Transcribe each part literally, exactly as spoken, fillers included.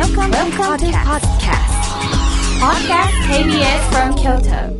Welcome, Welcome to podcast. Podcast ケービーエス from Kyoto.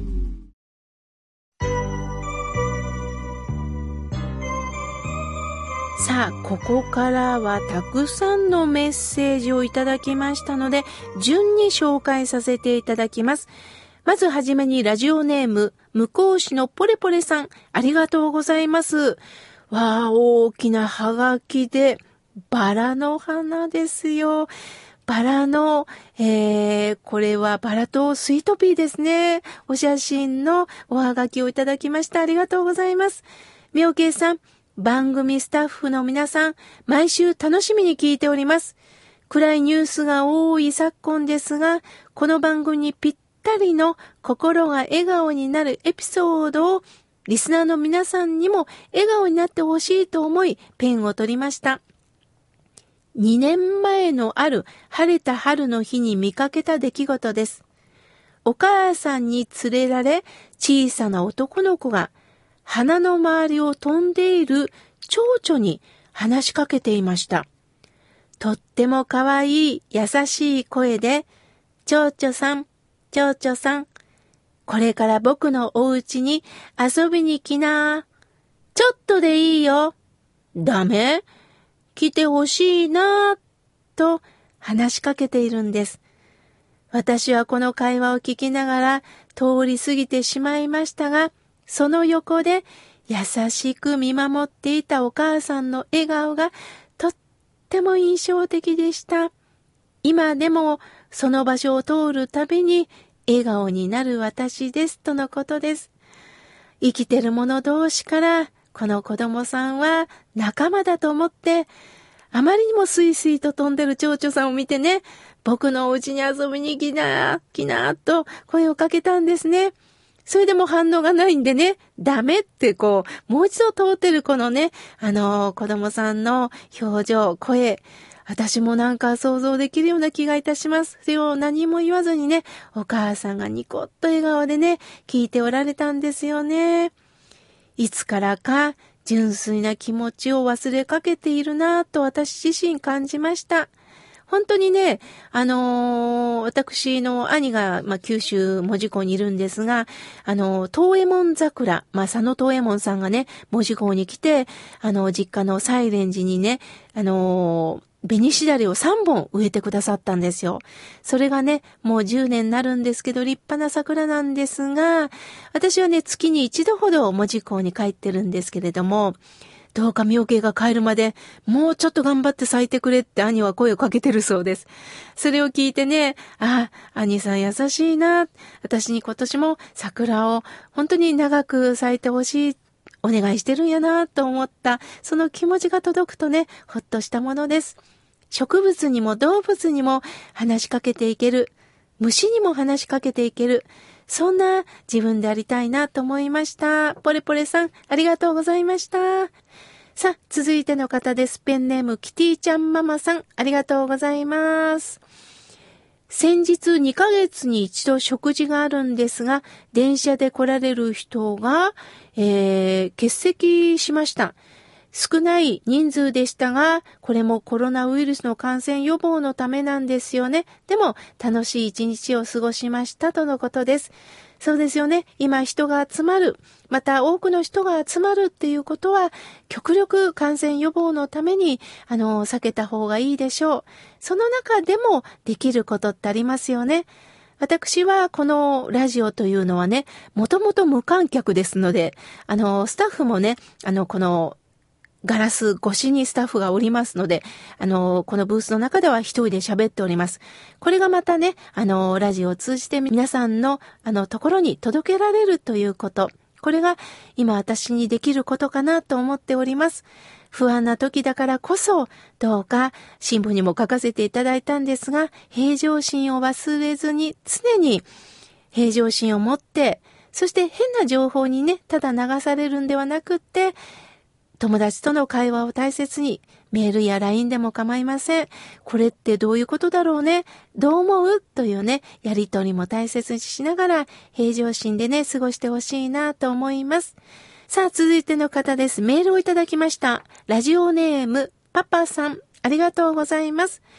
さあ、ここからはたくさんのメッセージをいただきましたので、順に紹介させていただきます。まずはじめにラジオネーム、向こう市のポレポレさん、ありがとうございます。わあ、大きなハガキで、バラの花ですよ。バラの、えー、これはバラとスイートピーですね。お写真のおはがきをいただきました。ありがとうございます。みょうけいさん、番組スタッフの皆さん、毎週楽しみに聞いております。暗いニュースが多い昨今ですが、この番組にぴったりの心が笑顔になるエピソードをリスナーの皆さんにも笑顔になってほしいと思いペンを取りました。にねんまえのある晴れた春の日に見かけた出来事です。お母さんに連れられ、小さな男の子が花の周りを飛んでいる蝶々に話しかけていました。とってもかわいい優しい声で、蝶々さん、蝶々さん、これから僕のお家に遊びに来な。ちょっとでいいよ。ダメ？来てほしいなぁ、と話しかけているんです。私はこの会話を聞きながら通り過ぎてしまいましたが、その横で優しく見守っていたお母さんの笑顔がとっても印象的でした。今でもその場所を通るたびに笑顔になる私ですとのことです。生きてる者同士からこの子供さんは仲間だと思って、あまりにもスイスイと飛んでる蝶々さんを見てね、僕のお家に遊びに来な、来な、と声をかけたんですね。それでも反応がないんでね、ダメってこう、もう一度通ってるこのね、あのー、子供さんの表情、声、私もなんか想像できるような気がいたします。それを何も言わずにね、お母さんがニコッと笑顔でね、聞いておられたんですよね。いつからか純粋な気持ちを忘れかけているなぁと私自身感じました。本当にね、あのー、私の兄が、まあ、九州門司港にいるんですが、あのー、東右衛門桜、まあ、佐野東右衛門さんがね、門司港に来て、あのー、実家の西蓮寺にね、あのー、紅しだれをさんぼん植えてくださったんですよ。それがね、もうじゅうねんになるんですけど、立派な桜なんですが、私はね、月に一度ほど門司港に帰ってるんですけれども、どうか妙慶が帰るまで、もうちょっと頑張って咲いてくれって兄は声をかけてるそうです。それを聞いてね、あ、兄さん優しいな。私に今年も桜を本当に長く咲いてほしい。お願いしてるんやなと思った、その気持ちが届くとね、ほっとしたものです。植物にも動物にも話しかけていける。虫にも話しかけていける。そんな自分でありたいなと思いました。ポレポレさん、ありがとうございました。さあ、続いての方です。ペンネームキティちゃんママさん、ありがとうございます。先日にかげつに一度食事があるんですが、電車で来られる人が、えー、欠席しました。少ない人数でしたが、これもコロナウイルスの感染予防のためなんですよね。でも、楽しい一日を過ごしましたとのことです。そうですよね。今人が集まる。また多くの人が集まるっていうことは、極力感染予防のために、あの、避けた方がいいでしょう。その中でもできることってありますよね。私はこのラジオというのはね、もともと無観客ですので、あの、スタッフもね、あの、この、ガラス越しにスタッフがおりますので、あの、このブースの中では一人で喋っております。これがまたね、あの、ラジオを通じて皆さんの、あの、ところに届けられるということ。これが今私にできることかなと思っております。不安な時だからこそ、どうか新聞にも書かせていただいたんですが、平常心を忘れずに常に平常心を持って、そして変な情報にね、ただ流されるんではなくって、友達との会話を大切に、メールや ライン でも構いません。これってどういうことだろうね。どう思うというね、やりとりも大切にしながら、平常心でね、過ごしてほしいなと思います。さあ、続いての方です。メールをいただきました。ラジオネーム、パパさん、ありがとうございます。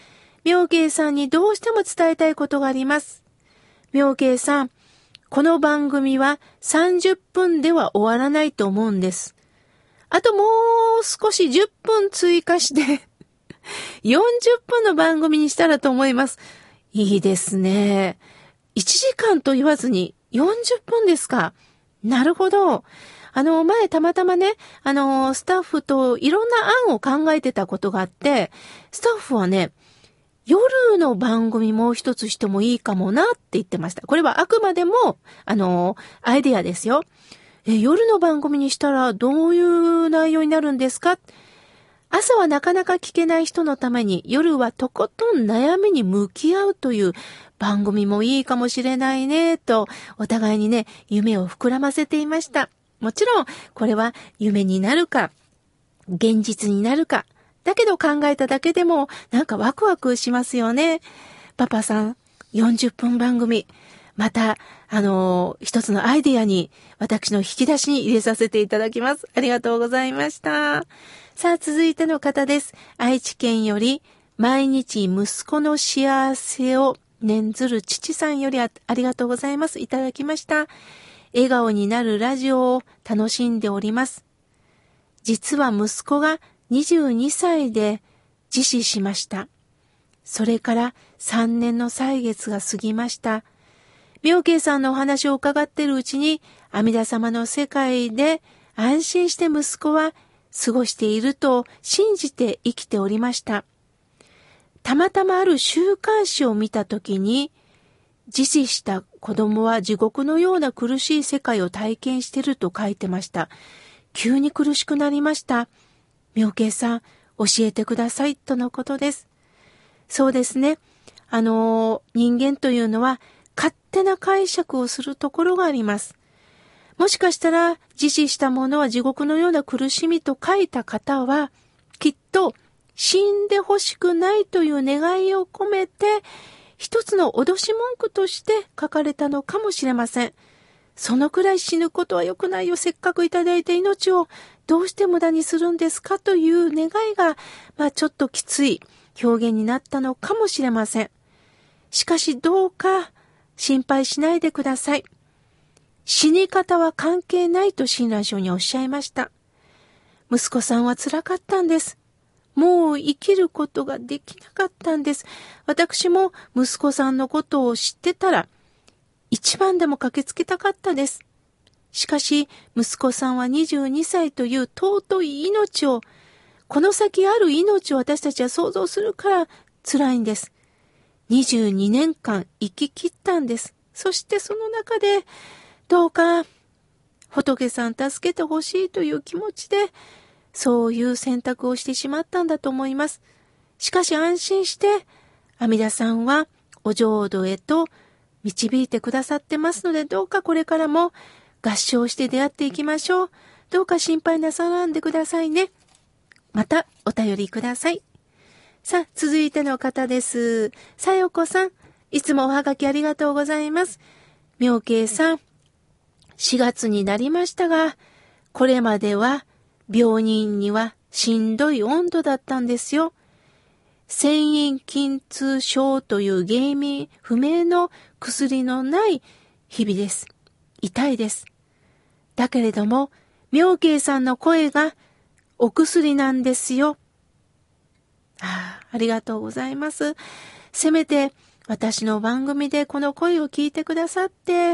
妙慶さんにどうしても伝えたいことがあります。妙慶さん、この番組はさんじゅっぷんでは終わらないと思うんです。あともう少しじゅっぷん追加してよんじゅっぷんの番組にしたらと思います。いいですね。いちじかんと言わずによんじゅっぷんですか。なるほど。あの、前たまたまね、あの、スタッフといろんな案を考えてたことがあって、スタッフはね、夜の番組もう一つしてもいいかもなって言ってました。これはあくまでも、あの、アイデアですよ。え、夜の番組にしたらどういう内容になるんですか？朝はなかなか聞けない人のために夜はとことん悩みに向き合うという番組もいいかもしれないねとお互いにね、夢を膨らませていました。もちろんこれは夢になるか現実になるかだけど考えただけでもなんかワクワクしますよね。パパさんよんじゅっぷん番組またあの一つのアイデアに私の引き出しに入れさせていただきます。ありがとうございました。さあ続いての方です。愛知県より毎日息子の幸せを念ずる父さんより あ, ありがとうございます。いただきました。笑顔になるラジオを楽しんでおります。実は息子がにじゅうにさいで自死しました。それからさんねんの歳月が過ぎました。妙慶さんのお話を伺っているうちに阿弥陀様の世界で安心して息子は過ごしていると信じて生きておりました。たまたまある週刊誌を見たときに自死した子供は地獄のような苦しい世界を体験していると書いてました。急に苦しくなりました。妙慶さん教えてくださいとのことです。そうですね。あの人間というのは勝手な解釈をするところがあります。もしかしたら自死したものは地獄のような苦しみと書いた方はきっと死んでほしくないという願いを込めて一つの脅し文句として書かれたのかもしれません。そのくらい死ぬことは良くないよ。せっかくいただいた命をどうして無駄にするんですかという願いが、まあちょっときつい表現になったのかもしれません。しかしどうか心配しないでください。死に方は関係ないと親鸞聖におっしゃいました。息子さんは辛かったんです。もう生きることができなかったんです。私も息子さんのことを知ってたら一番でも駆けつけたかったです。しかし息子さんはにじゅうにさいという尊い命を、この先ある命を私たちは想像するから辛いんです。にじゅうにねんかん生き切ったんです。そしてその中でどうか仏さん助けてほしいという気持ちでそういう選択をしてしまったんだと思います。しかし安心して阿弥陀さんはお浄土へと導いてくださってますので、どうかこれからも合唱して出会っていきましょう。どうか心配なさらんでくださいね。またお便りください。さあ続いての方です。さよこさん、いつもおはがきありがとうございます。妙慶さん、しがつになりましたが、これまでは病人にはしんどい温度だったんですよ。線維筋痛症という原因不明の薬のない日々です。痛いです。だけれども妙慶さんの声がお薬なんですよ。ああ、ありがとうございます。せめて私の番組でこの声を聞いてくださって、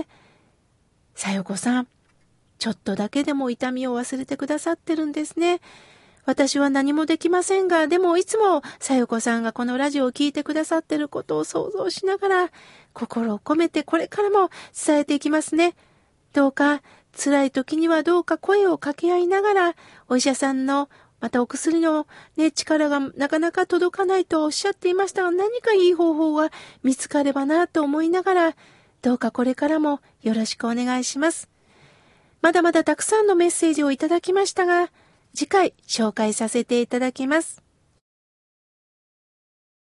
さよこさん、ちょっとだけでも痛みを忘れてくださってるんですね。私は何もできませんが、でもいつもさよこさんがこのラジオを聞いてくださってることを想像しながら、心を込めてこれからも伝えていきますね。どうか辛い時にはどうか声を掛け合いながら、お医者さんのまたお薬の、ね、力がなかなか届かないとおっしゃっていましたが、何かいい方法が見つかればなと思いながら、どうかこれからもよろしくお願いします。まだまだたくさんのメッセージをいただきましたが、次回紹介させていただきます。